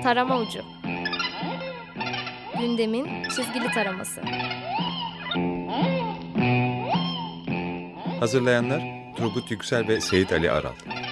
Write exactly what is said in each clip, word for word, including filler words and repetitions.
Tarama Ucu. Gündemin çizgili taraması. Hazırlayanlar Turgut Yüksel ve Seyit Ali Aral.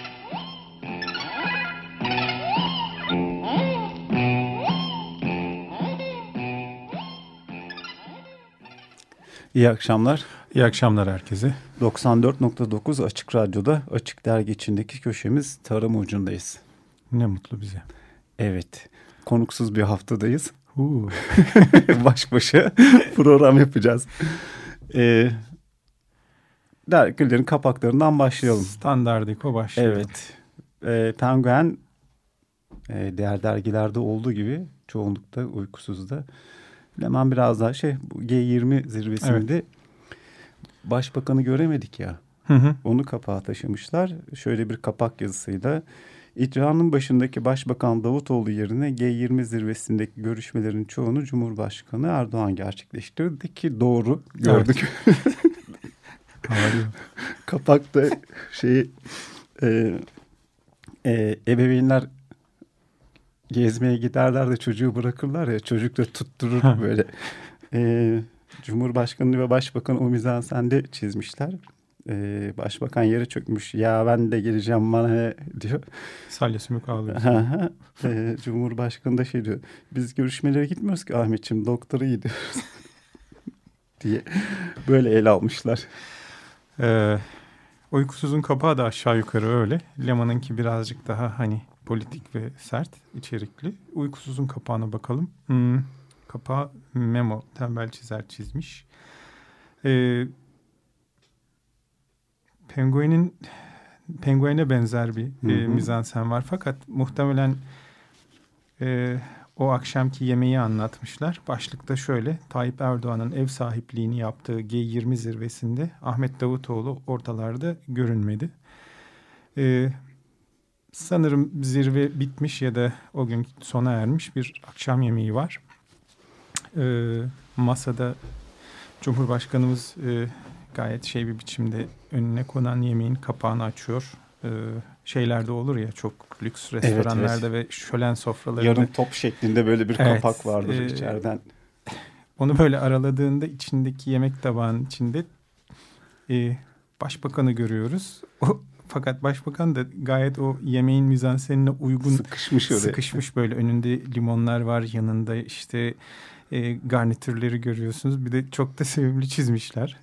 İyi akşamlar. İyi akşamlar herkese. doksan dört nokta dokuz Açık Radyo'da Açık Dergi içindeki köşemiz Tarama Ucu'ndayız. Ne mutlu bize. Evet, konuksuz bir haftadayız. Baş başa program yapacağız. Ee, dergilerin kapaklarından başlayalım. Standardiko başlayalım. Evet, ee, Penguen e, diğer dergilerde olduğu gibi çoğunlukta uykusuzda. Hemen biraz daha şey, G yirmi zirvesinde evet. Başbakanı göremedik ya. Hı hı. Onu kapağa taşımışlar. Şöyle bir kapak yazısıyla. İcranın başındaki Başbakan Davutoğlu yerine G yirmi zirvesindeki görüşmelerin çoğunu Cumhurbaşkanı Erdoğan gerçekleştirdi ki doğru gördük. Evet. Kapakta şey e, e, ebeveynler gezmeye giderler de çocuğu bırakırlar ya, çocuk da tutturur böyle. Ee, Cumhurbaşkanı ve Başbakan o mizansende çizmişler. Ee, Başbakan yere çökmüş. Ya ben de geleceğim bana ne diyor. Salya sümük ağlıyor. ee, Cumhurbaşkanı da şey diyor. Biz görüşmelere gitmiyoruz ki Ahmetciğim, doktora gidiyoruz diye böyle ele almışlar. Ee, uykusuzun kapağı da aşağı yukarı öyle. Leman'ınki birazcık daha hani politik ve sert içerikli. Uykusuzun kapağına bakalım. Hmm, kapağı Memo tembel çizer çizmiş. Ee, Penguen'in Penguen'e benzer bir hı hı. E, mizansen var. Fakat muhtemelen e, o akşamki yemeği anlatmışlar. Başlıkta şöyle: Tayyip Erdoğan'ın ev sahipliğini yaptığı G yirmi zirvesinde Ahmet Davutoğlu ortalarda görünmedi. E, sanırım zirve bitmiş ya da o gün sona ermiş bir akşam yemeği var. E, masada Cumhurbaşkanımız e, gayet şey bir biçimde önüne konan yemeğin kapağını açıyor. Ee, şeylerde olur ya, çok lüks restoranlarda evet, evet. ve şölen sofralarında. Yarım top şeklinde böyle bir evet, kapak vardır e, içeriden. Onu böyle araladığında içindeki yemek tabağının içinde e, başbakanı görüyoruz. O, fakat başbakan da gayet o yemeğin mizansenine uygun sıkışmış, sıkışmış böyle önünde limonlar var, yanında işte e, garnitürleri görüyorsunuz. Bir de çok da sevimli çizmişler.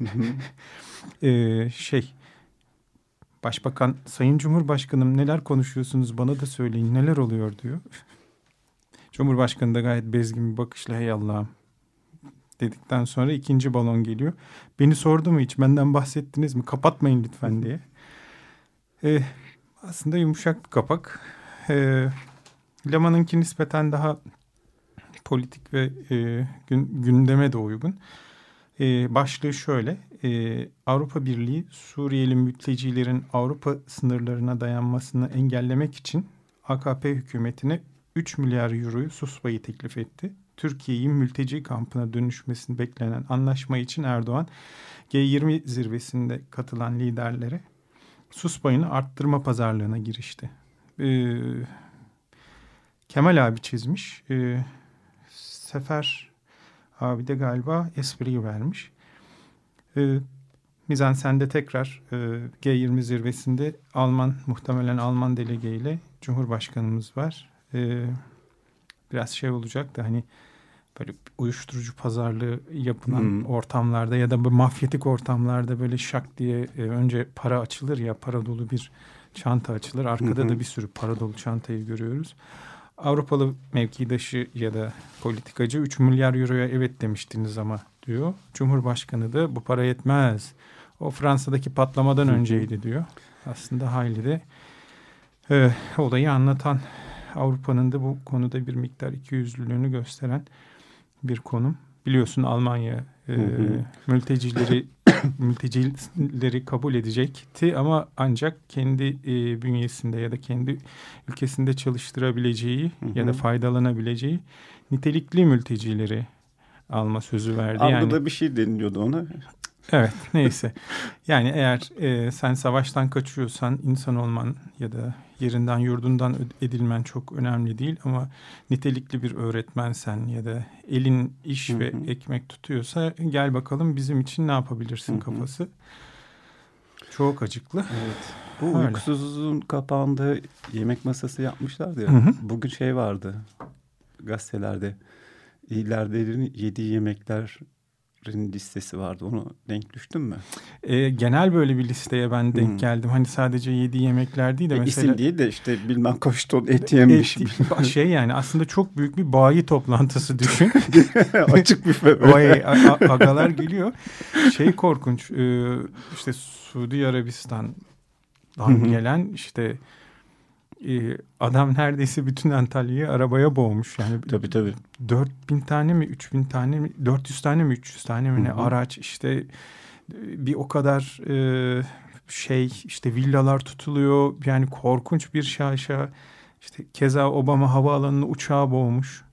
e, şey Başbakan, Sayın Cumhurbaşkanım neler konuşuyorsunuz, bana da söyleyin neler oluyor diyor. Cumhurbaşkanı da gayet bezgin bir bakışla hey Allah'ım dedikten sonra ikinci balon geliyor. Beni sordu mu hiç, benden bahsettiniz mi, kapatmayın lütfen diye. Ee, aslında yumuşak bir kapak. Ee, Leman'ınki nispeten daha politik ve e, gün, gündeme de uygun. Ee, başlığı şöyle: ee, Avrupa Birliği Suriyeli mültecilerin Avrupa sınırlarına dayanmasını engellemek için A K P hükümetine üç milyar euroyu sus payı teklif etti. Türkiye'yi mülteci kampına dönüşmesini beklenen anlaşma için Erdoğan G yirmi zirvesinde katılan liderlere sus payını arttırma pazarlığına girişti. Ee, Kemal abi çizmiş. Ee, Sefer abi de galiba espriyi vermiş. E, Mizansende tekrar e, G yirmi zirvesinde Alman, muhtemelen Alman delegeyle Cumhurbaşkanımız var. E, biraz şey olacak da hani böyle uyuşturucu pazarlığı yapılan hmm. ortamlarda ya da bu mafyatik ortamlarda böyle şak diye e, önce para açılır ya, para dolu bir çanta açılır. Arkada hmm. da bir sürü para dolu çantayı görüyoruz. Avrupalı mevkidaşı ya da politikacı üç milyar euroya evet demiştiniz ama diyor. Cumhurbaşkanı da bu para yetmez, o Fransa'daki patlamadan önceydi diyor. Aslında hayli de e, olayı anlatan, Avrupa'nın da bu konuda bir miktar ikiyüzlülüğünü gösteren bir konum. Biliyorsun Almanya e, mültecileri mültecileri kabul edecekti ama ancak kendi e, bünyesinde ya da kendi ülkesinde çalıştırabileceği hı hı. ya da faydalanabileceği nitelikli mültecileri alma sözü verdi. Arada yani, bir şey deniliyordu ona. Evet, neyse. Yani eğer e, sen savaştan kaçıyorsan insan olman ya da yerinden yurdundan edilmen çok önemli değil. Ama nitelikli bir öğretmensen ya da elin iş Hı hı. ve ekmek tutuyorsa gel bakalım bizim için ne yapabilirsin Hı hı. kafası. Çok acıklı. Evet. Bu Öyle. uykusuzluğun kapağında yemek masası yapmışlardı ya. Hı hı. Bugün şey vardı gazetelerde. İlerlerin yediği yemeklerin listesi vardı. Onu denk düştün mü? E, genel böyle bir listeye ben denk Hmm. geldim. Hani sadece yediği yemekler değil de E, mesela... İsim değil de işte bilmem kaç ton et yemiş. Et, şey yani aslında çok büyük bir bayi toplantısı düşün. Açık büfe. Vay a- a- agalar geliyor. Şey korkunç. e, işte Suudi Arabistan'dan gelen işte e, adam neredeyse bütün Antalya'yı arabaya boğmuş. Yani Tabii tabii. dört bin tane mi üç bin tane mi dört yüz tane mi üç yüz tane mi ne Hı hı. araç işte e, bir o kadar e, şey işte villalar tutuluyor. Yani korkunç bir şaşa. İşte keza Obama havaalanını uçağa boğmuş.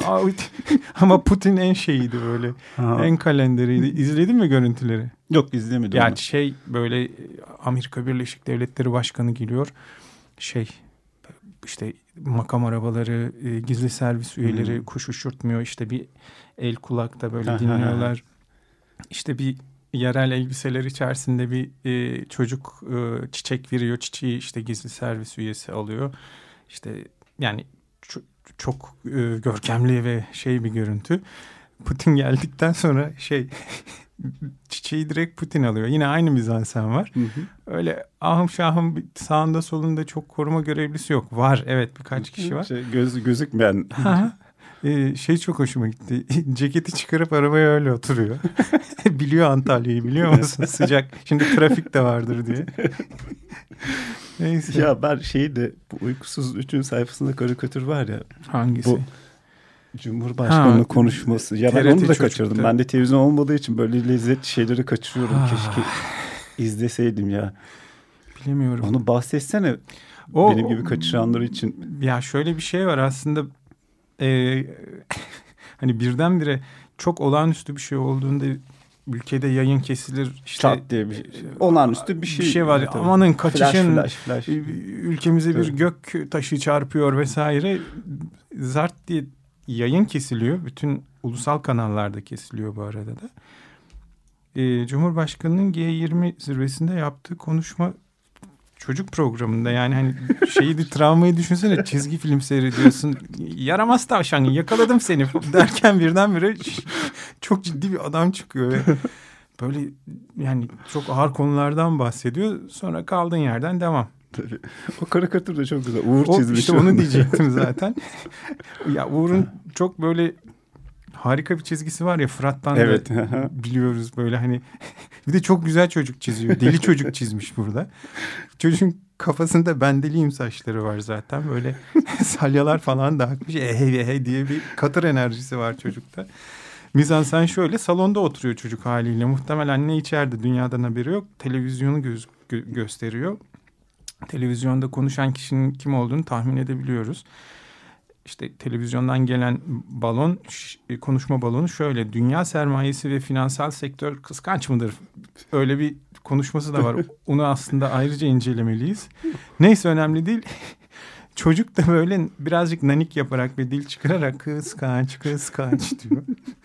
Ama Putin en şeyiydi böyle. Ha. En kalenderiydi. İzledin mi görüntüleri? Yok izlemedim. Yani onu. şey böyle Amerika Birleşik Devletleri Başkanı geliyor. Şey işte makam arabaları, e, gizli servis üyeleri Hmm. kuş uçurtmuyor. İşte bir el kulakta böyle Ha, ha, dinliyorlar. İşte bir yerel elbiseler içerisinde bir e, çocuk e, çiçek veriyor. Çiçeği işte gizli servis üyesi alıyor. İşte yani çok, çok e, görkemli ve şey bir görüntü. Putin geldikten sonra şey çiçeği direkt Putin alıyor. Yine aynı mizansen var. Hı hı. Öyle ahım şahım bir sağında solunda çok koruma görevlisi yok. Var evet birkaç kişi var. Şey, göz, gözükmeyen. Ee, şey çok hoşuma gitti. Ceketi çıkarıp arabaya öyle oturuyor. Biliyor Antalya'yı biliyor musun? Sıcak. Şimdi trafik de vardır diye. Neyse. Ya ben şeyi de bu uykusuz üçün sayfasında karikatür var ya. Hangisi? Bu Cumhurbaşkanı Ha, konuşması. Ya T R T ben onu da çocukta. kaçırdım. Ben de televizyon olmadığı için böyle lezzetli şeyleri kaçırıyorum. Ha. Keşke izleseydim ya. Bilemiyorum. Onu bahsetsene. O, benim gibi kaçıranlar için. Ya şöyle bir şey var aslında. E, hani birdenbire çok olağanüstü bir şey olduğunda ülkede yayın kesilir. İşte, Çat diye bir şey. Olağanüstü bir şey. Bir şey var. Tabii. Amanın kaçışın Flash, flash, flash. ülkemize bir Tabii. gök taşı çarpıyor vesaire. Zart diye yayın kesiliyor. Bütün ulusal kanallarda kesiliyor bu arada da. Ee, Cumhurbaşkanı'nın G yirmi zirvesinde yaptığı konuşma çocuk programında yani hani şeyi de travmayı düşünsene çizgi film seyrediyorsun. Yaramaz tavşan yakaladım seni derken birdenbire çok ciddi bir adam çıkıyor ve böyle yani çok ağır konulardan bahsediyor. Sonra kaldığın yerden devam. Tabii. O karikatür de çok güzel. Uğur o, çizmiş. İşte onu diyecektim zaten. Ya Uğur'un çok böyle harika bir çizgisi var ya Fırat'tan evet. da biliyoruz böyle hani bir de çok güzel çocuk çiziyor. Deli çocuk çizmiş burada. Çocuğun kafasında bendeliyim saçları var zaten. Böyle salyalar falan da akmış. Ehey ehey diye bir katır enerjisi var çocukta. Mizansen şöyle salonda oturuyor çocuk haliyle. Muhtemelen ne içeride dünyadan haberi yok. Televizyonu göz, gö- gösteriyor. Televizyonda konuşan kişinin kim olduğunu tahmin edebiliyoruz. İşte televizyondan gelen balon, konuşma balonu şöyle. Dünya sermayesi ve finansal sektör kıskanç mıdır? Öyle bir konuşması da var. Onu aslında ayrıca incelemeliyiz. Neyse önemli değil. Çocuk da böyle birazcık nanik yaparak ve dil çıkararak kıskanç kıskanç diyor.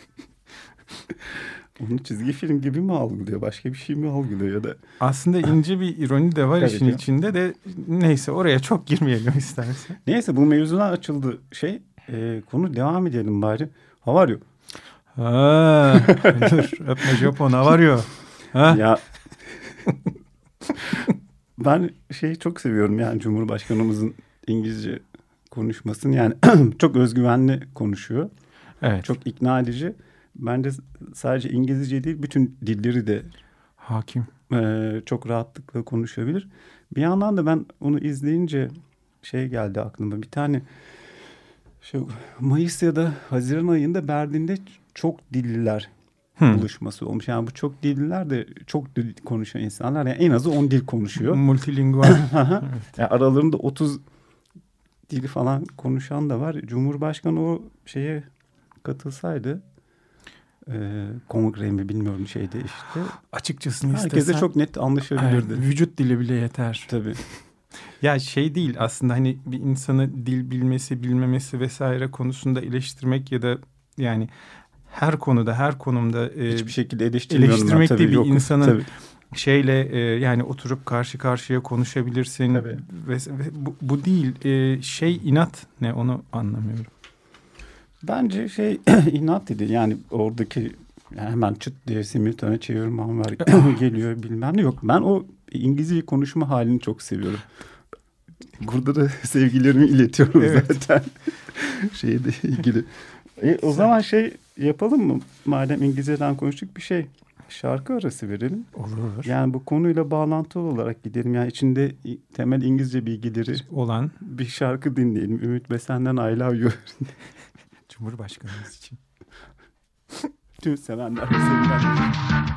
Onu çizgi film gibi mi algılıyor? Başka bir şey mi algılıyor ya da? Aslında ince bir ironi de var Tabii işin ki. içinde de neyse oraya çok girmeyelim istersen. Neyse bu mevzudan açıldı şey. E, konu devam edelim bari. How are you? Ha, dur öpme Japon var ya. Ha? Ya ben şeyi çok seviyorum yani Cumhurbaşkanımızın İngilizce konuşmasını yani çok özgüvenli konuşuyor. Evet. Çok ikna edici. Ben de sadece İngilizce değil bütün dilleri de hakim. e, çok rahatlıkla konuşabilir. Bir yandan da ben onu izleyince şey geldi aklıma bir tane şu Mayıs ya da Haziran ayında Berlin'de çok dilliler Hmm. buluşması olmuş. Yani bu çok dilliler de çok dil konuşan insanlar. Yani en azı on dil konuşuyor. Multilingual. Evet. Yani aralarında otuz dili falan konuşan da var. Cumhurbaşkanı o şeye katılsaydı e, kongre mi bilmiyorum şeyde işte. Açıkçası istesen. Herkese çok net anlaşabilirdi. Evet, vücut dili bile yeter. Tabii. Ya şey değil aslında hani bir insanı dil bilmesi, bilmemesi vesaire konusunda eleştirmek ya da yani her konuda, her konumda e, hiçbir şekilde eleştirmiyorum. eleştirmek ben, değil bir yok, insanın tabii. şeyle e, yani oturup karşı karşıya konuşabilirsin. Ve, ve bu, bu değil. E, şey inat ne onu anlamıyorum. Bence şey inat dedi. Yani oradaki yani hemen çıt diye simultane çevirmem var geliyor bilmem ne yok. Ben o İngilizce konuşma halini çok seviyorum. Burada da sevgilerimi iletiyorum evet. zaten. Şeyle ilgili. E, o zaman şey yapalım mı? Madem İngilizceden konuştuk bir şey. Şarkı arası verelim. Olur. Yani bu konuyla bağlantılı olarak gidelim. Yani içinde temel İngilizce bilgileri olan bir şarkı dinleyelim. Ümit Besen'den I Love You. Cumhurbaşkanımız için. Tüm sevenler ve sevilenler.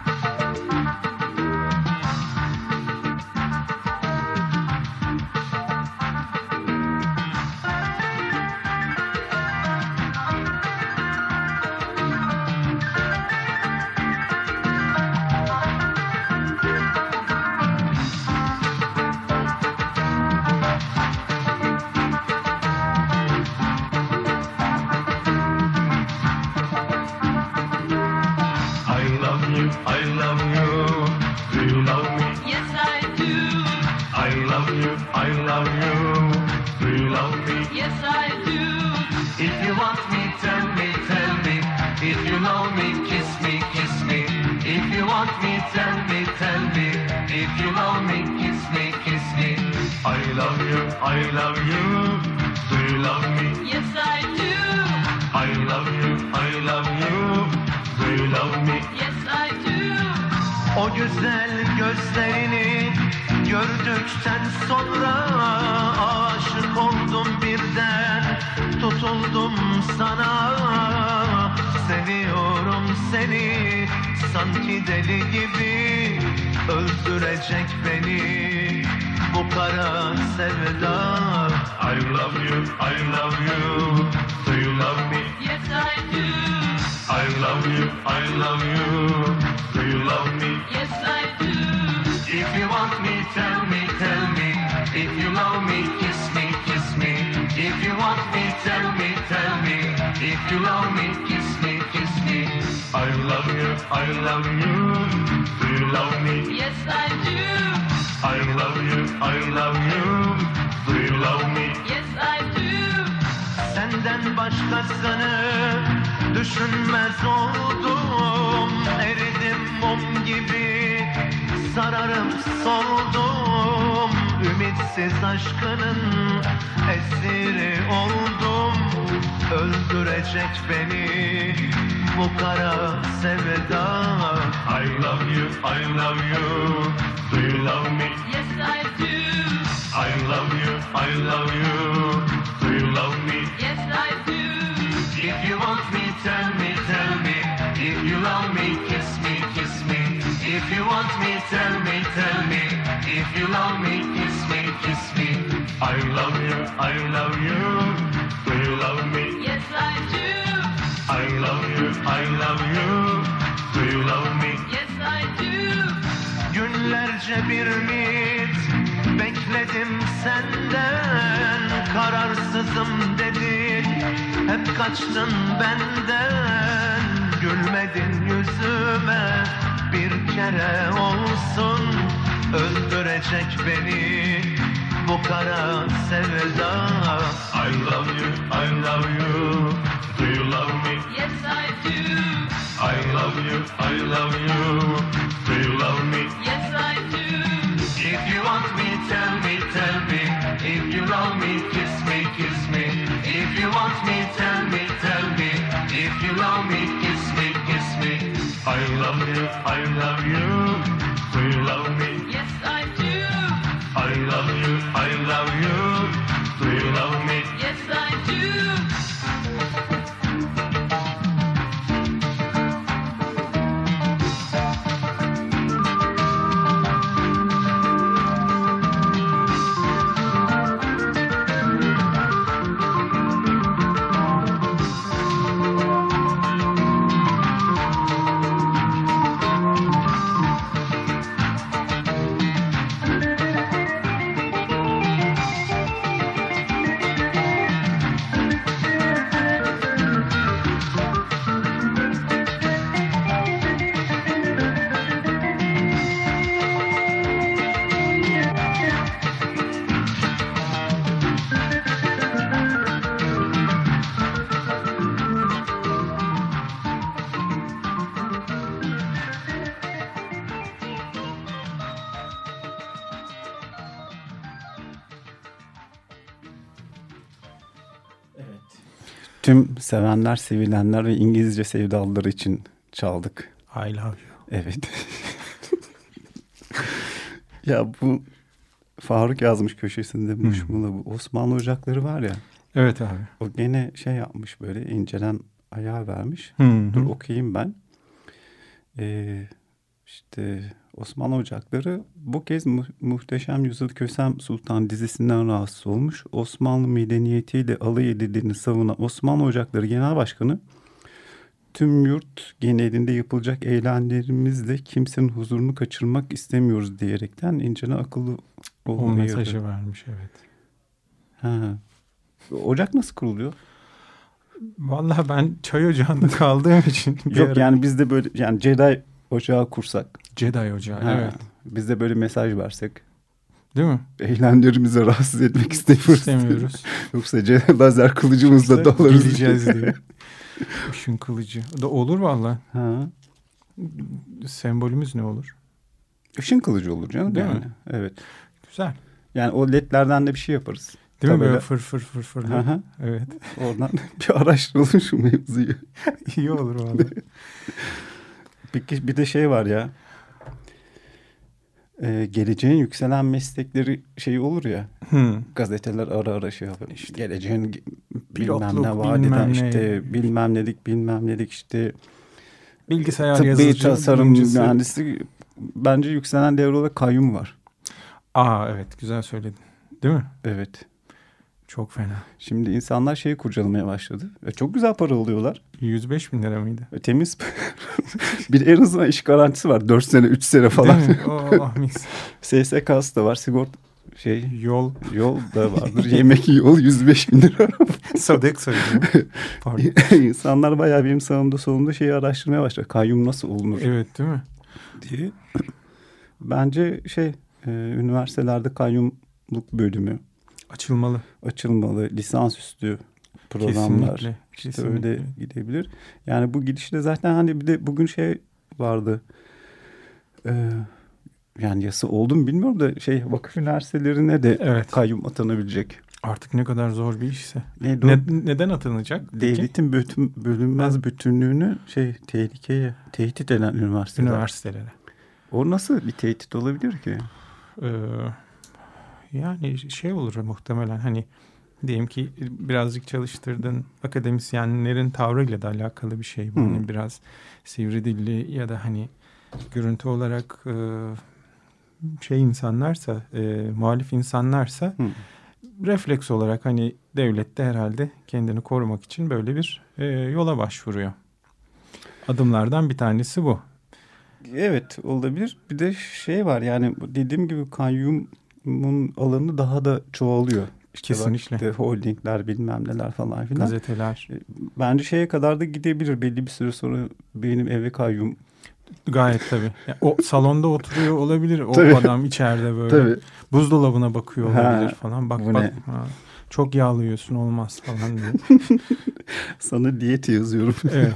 Düşünmez oldum, eridim mum gibi, sararıp soldum. Ümitsiz aşkının esiri oldum. Öldürecek beni bu kara sevda. I love you, I love you. Do you love me? Yes, I do. I love you, I love you. Do you love me? Yes, I do. If you want me, tell me, tell me. If you love me, kiss me, kiss me. If you want me, tell me, tell me. If you love me, kiss me, kiss me. I love you, I love you. Do you love me? Yes, I do. I love you, I love you. Do you love me? Yes, I do. Günlerce bir ümit bekledim senden. Kararsızım dedin, hep kaçtın benden. Gülmedin yüzüme bir kere olsun. Öldürecek beni bu kara sevda. I love you, I love you. Do you love me? Yes, I do. I love you, I love you. Do you love me? Yes, I do. If you want me, tell me, tell me. If you love me, kiss me, kiss me. If you want me, tell me, tell me. If you love me, kiss me, kiss me. I love you, I love you. Do you love me? Yes, I do. I love you, I love you. Do you love me? Yes, I do. tüm sevenler, sevilenler ve İngilizce sevdalıları için çaldık. I love you. Evet. Ya bu Faruk yazmış köşesinde Muşmula, bu Osmanlı ocakları var ya. Evet abi. O gene şey yapmış, böyle incelen ayar vermiş. Hı, Dur hı. okuyayım ben. Ee, işte Osmanlı ocakları bu kez mu- Muhteşem Yüzyıl Kösem Sultan dizisinden rahatsız olmuş. Osmanlı medeniyetiyle alay edildiğini savunan Osmanlı Ocakları Genel Başkanı, tüm yurt genelinde yapılacak eylemlerimizle kimsenin huzurunu kaçırmak istemiyoruz diyerekten incene akıllı O olmayı mesajı vermiş, evet. Ha. Ocak nasıl kuruluyor? Vallahi ben çay ocağında kaldığım için bir Yok ara- yani biz de böyle, yani Jedi ocağı kursak. Jedi ocağı, Ha, evet. Biz de böyle mesaj versek. Değil mi? Eylemlerimizi rahatsız etmek istemiyoruz. İstemiyoruz. Yoksa Jedi lazer kılıcımızla İşte dalarız. Gideceğiz diye. Işın kılıcı. Da olur vallahi. Ha. Sembolümüz ne olur? Işın kılıcı olur canım. Değil yani. mi? Evet. Güzel. Yani o ledlerden de bir şey yaparız. Değil mi? Tabela. Böyle fır fır fır fır. Hı hı. Evet. Oradan bir araştıralım şu mevzuyu. İyi olur vallahi. Peki bir de şey var ya. Ee, geleceğin yükselen meslekleri şey olur ya. Hı. Gazeteler ara ara şey yapıyor. İşte geleceğin ge- bilmem Pilotluk, ne vadeden bilmem ne. işte bilmem nedik bilmem nedik işte Bilgisayar tıbbi yazıcı, tasarım bilimcisi. mühendisi, bence yükselen devre olarak kayyum var. Aa evet, güzel söyledin. Değil mi? Evet. Çok fena. Şimdi insanlar şeyi kurcalamaya başladı. Ve çok güzel para alıyorlar. yüz beş bin lira mıydı? Ve temiz. Bir en azından iş garantisi var. dört sene üç sene falan. Değil mi? Oh, mis. S S K'sı da var. Sigorta şey Yol. yol da vardır. Yemek yol yüz beş bin lira. Sadek söyledim. Pardon. İnsanlar bayağı benim sağımda solumda şeyi araştırmaya başladı. Kayyum nasıl olunur Evet, değil mi? diye. Bence şey e, üniversitelerde kayyumluk bölümü Açılmalı. açılmalı. Lisansüstü programlar. Kesinlikle. İşte Kesinlikle. öyle gidebilir. Yani bu gidişle zaten hani bir de bugün şey vardı. Ee, yani yasa oldu mu bilmiyorum da şey vakıf üniversitelerine de Evet. kayyum atanabilecek. Artık ne kadar zor bir işse. Neydi o? Ne, neden atılacak? peki? Devletin bütün, bölünmez bütünlüğünü şey tehlikeye tehdit eden üniversiteler. Üniversitelere. O nasıl bir tehdit olabilir ki? Ee, yani şey olur muhtemelen, hani diyelim ki birazcık çalıştırdın, akademisyenlerin tavrıyla da alakalı bir şey bu. Hı. Hani biraz sivri dilli ya da hani görüntü olarak e, şey insanlarsa, e, muhalif insanlarsa Hı. refleks olarak hani devlet de herhalde kendini korumak için böyle bir e, yola başvuruyor. Adımlardan bir tanesi bu. Evet olabilir. Bir de şey var yani dediğim gibi kayyumun alanı daha da çoğalıyor. İşte bak Kesinlikle. işte holdingler bilmem neler falan filan. Gazeteler. Bence şeye kadar da gidebilir. Belli bir süre sonra benim eve kayyum. Gayet tabii. Yani o salonda oturuyor olabilir. O Tabii. adam içeride böyle. Tabii. Buzdolabına bakıyor olabilir Ha, falan. Bak bu bak. ne? Ha, çok yağlı yiyorsun, olmaz falan diye. Sana diyet yazıyorum. Evet.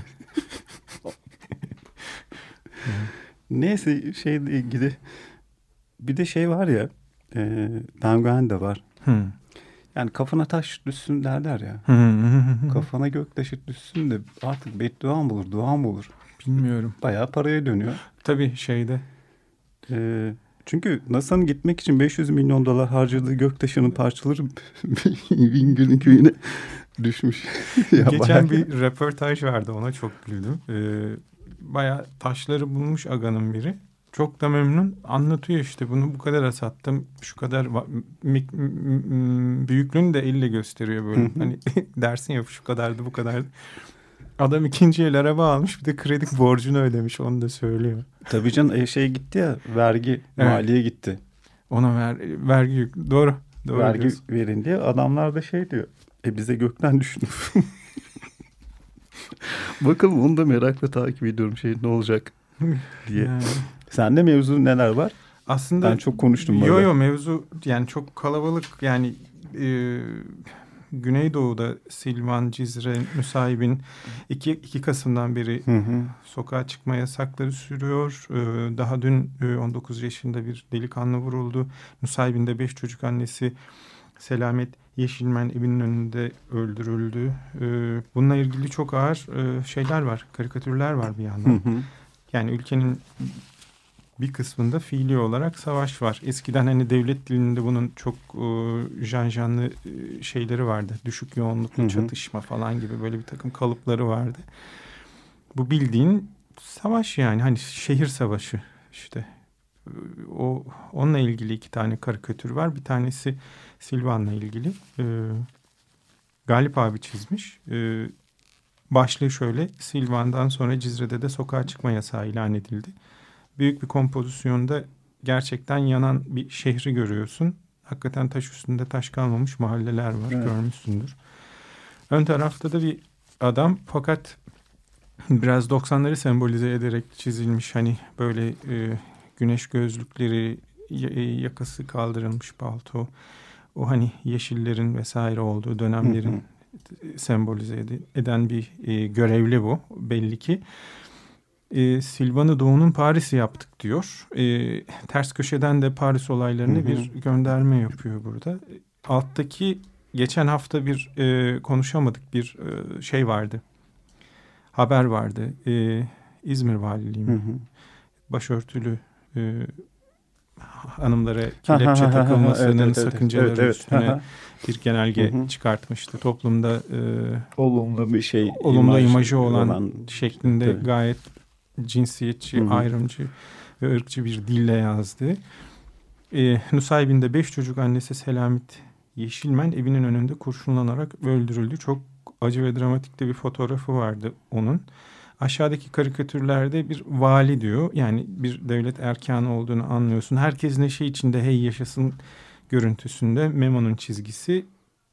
Neyse şeyle ilgili bir de şey var ya e, penguen de var. Hmm. Yani kafana taş düşsün derler ya. Kafana göktaşı düşsün de artık beddua mı olur, dua mı olur? Bilmiyorum. Bayağı paraya dönüyor. Tabii şeyde. E, çünkü NASA'nın gitmek için beş yüz milyon dolar harcadığı göktaşının parçaları Bingöl'ün köyüne düşmüş. Ya Geçen bayağı- bir röportaj vardı, ona çok güldüm. Ee, bayağı taşları bulmuş aganın biri. Çok da memnun, anlatıyor işte bunu bu kadar sattım, şu kadar va- mik- m- m- büyüklüğünü de elle gösteriyor böyle. Hı hı. Hani dersin ya şu kadardı bu kadardı. Adam ikinci el araba almış, bir de kredi borcunu ödemiş, onu da söylüyor. Tabii canım e, şey gitti ya vergi Evet. maliye gitti. Ona ver, vergi yük. Doğru. Doğru vergi diyorsun. verin diye adamlar da şey diyor. E bize gökten düşün. Bakalım onu da merakla takip ediyorum şey ne olacak diye. Yani. Sende mevzu neler var? Aslında Ben çok konuştum bu Yo arada. yo mevzu yani çok kalabalık, yani e, Güneydoğu'da Silvan, Cizre, Nusaybin iki, iki Kasım'dan beri Hı hı. sokağa çıkma yasakları sürüyor. E, daha dün e, on dokuz yaşında bir delikanlı vuruldu. Nusaybin'de beş çocuk annesi Selamet Yeşilmen evinin önünde öldürüldü. E, bununla ilgili çok ağır e, şeyler var, karikatürler var bir yandan. Hı hı. Yani ülkenin bir kısmında fiili olarak savaş var. Eskiden hani devlet dilinde bunun çok e, janjanlı e, şeyleri vardı. Düşük yoğunluklu Hı hı. çatışma falan gibi böyle bir takım kalıpları vardı. Bu bildiğin savaş yani hani şehir savaşı işte. O onunla ilgili iki tane karikatür var. Bir tanesi Silvan'la ilgili. E, Galip abi çizmiş. E, başlığı şöyle: Silvan'dan sonra Cizre'de de sokağa çıkma yasağı ilan edildi. Büyük bir kompozisyonda gerçekten yanan bir şehri görüyorsun. Hakikaten taş üstünde taş kalmamış mahalleler var. Evet. Görmüşsündür. Ön tarafta da bir adam, fakat biraz doksanları sembolize ederek çizilmiş. Hani böyle e, güneş gözlükleri, y- yakası kaldırılmış palto. O hani yeşillerin vesaire olduğu dönemlerin Hı hı. sembolize ed- eden bir e, görevli bu belli ki. E, Silvan'ı Doğu'nun Paris'i yaptık diyor. E, ters köşeden de Paris olaylarına Hı hı. bir gönderme yapıyor burada. Alttaki geçen hafta bir e, konuşamadık bir e, şey vardı. Haber vardı. E, İzmir Valiliği mi? Hı hı. Başörtülü e, hanımlara Ha, ha, kelepçe ha, ha, ha. takılmasının Evet, evet, evet. sakıncaları Evet, evet. üstüne Ha, ha. bir genelge Hı hı. çıkartmıştı. Toplumda e, Olumlu bir şey. olumlu imaj imajı olan, şeklinde Tabii. gayet cinsiyetçi, Hı hı. ayrımcı ve ırkçı bir dille yazdı. E, Nusaybin'de beş çocuk annesi Selamet Yeşilmen evinin önünde kurşunlanarak öldürüldü. Çok acı ve dramatik de bir fotoğrafı vardı onun. Aşağıdaki karikatürlerde bir vali diyor. Yani bir devlet erkanı olduğunu anlıyorsun. Herkes neşe içinde hey yaşasın görüntüsünde Memo'nun çizgisi.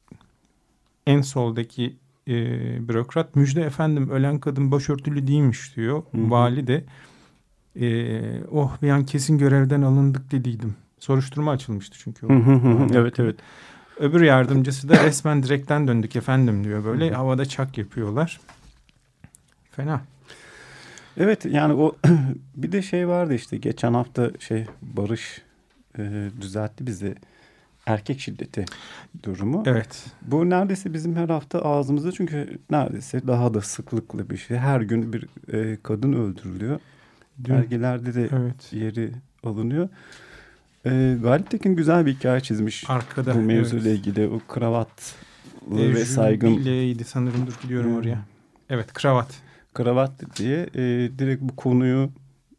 En soldaki e, bürokrat müjde efendim ölen kadın başörtülü değilmiş diyor. Hı hı. Vali de e, oh bir an kesin görevden alındık dediydim. Soruşturma açılmıştı çünkü. O. Hı hı hı. Evet, evet. Öbür yardımcısı da resmen direkten döndük efendim diyor. Böyle Hı hı. havada çak yapıyorlar. Fena. Evet, yani o bir de şey vardı işte geçen hafta şey Barış e, düzeltti bizi, erkek şiddeti durumu. Evet. Bu neredeyse bizim her hafta ağzımızda, çünkü neredeyse daha da sıklıklı bir şey. Her gün bir e, kadın öldürülüyor. Dün, Dergilerde de evet. yeri alınıyor. E, Galip Tekin güzel bir hikaye çizmiş Arkada. bu mevzuyla evet. ilgili. O kravatlı E, ve saygın. Jülbilleydi sanırım, dur gidiyorum Hmm. oraya. Evet, kravat. Kravat diye e, direkt bu konuyu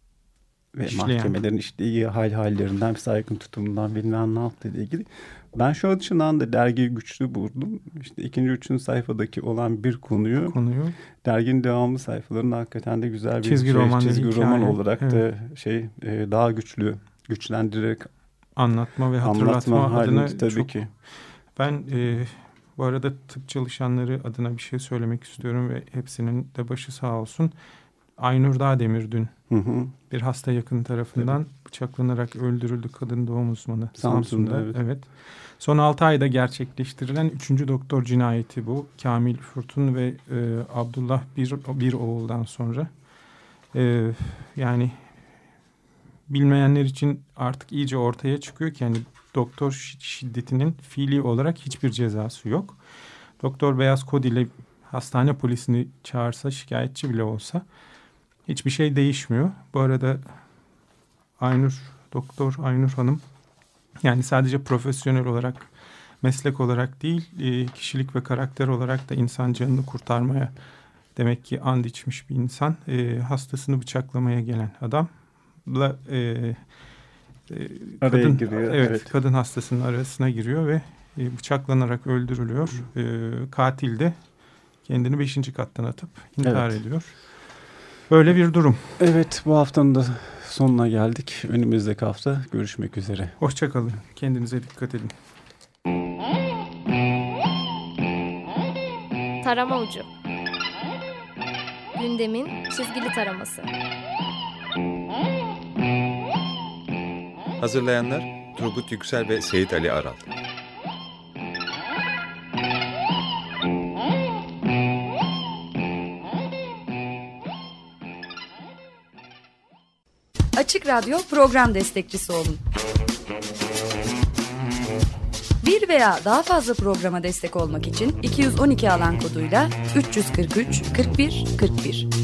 ve İşleyen. mahkemelerin işlediği hal hallerinden, saygın tutumundan bilmem ne yaptığıyla ilgili. Ben şu açıdan da dergiyi güçlü buldum. İşte ikinci, üçüncü sayfadaki olan bir konuyu, Konuyu. derginin devamlı sayfalarında hakikaten de güzel bir Çizgi şey, roman, çizgi hikaye. roman olarak Evet. da şey e, daha güçlü, güçlendirerek Anlatma ve hatırlatma anlatma adına halinde tabii çok... ki. Ben e, bu arada tıp çalışanları adına bir şey söylemek istiyorum ve hepsinin de başı sağ olsun. Aynur Dağdemir dün Hı hı. bir hasta yakın tarafından bıçaklanarak öldürüldü, kadın doğum uzmanı Samsun'da, Samsun'da. evet. Evet. Son altı ayda gerçekleştirilen üçüncü doktor cinayeti bu. Kamil Furtun ve e, Abdullah bir, bir oğuldan sonra. E, yani bilmeyenler için artık iyice ortaya çıkıyor ki yani doktor şiddetinin fiili olarak hiçbir cezası yok. Doktor beyaz kod ile hastane polisini çağırsa, şikayetçi bile olsa hiçbir şey değişmiyor. Bu arada Aynur, Doktor Aynur Hanım, yani sadece profesyonel olarak, meslek olarak değil, kişilik ve karakter olarak da insan canını kurtarmaya demek ki and içmiş bir insan. Hastasını bıçaklamaya gelen adamla e, e, Araya kadın, giriyor. Evet, Evet. kadın hastasının arasına giriyor ve e, bıçaklanarak öldürülüyor. E, katil de kendini beşinci kattan atıp intihar Evet. ediyor. Böyle bir durum. Evet, bu haftanın da sonuna geldik. Önümüzdeki hafta görüşmek üzere. Hoşça kalın. Kendinize dikkat edin. Tarama Ucu. Gündemin çizgili taraması. Hazırlayanlar Turgut Yüksel ve Seyit Ali Aral. Açık Radyo program destekçisi olun. Bir veya daha fazla programa destek olmak için iki yüz on iki alan koduyla üç yüz kırk üç kırk bir kırk bir.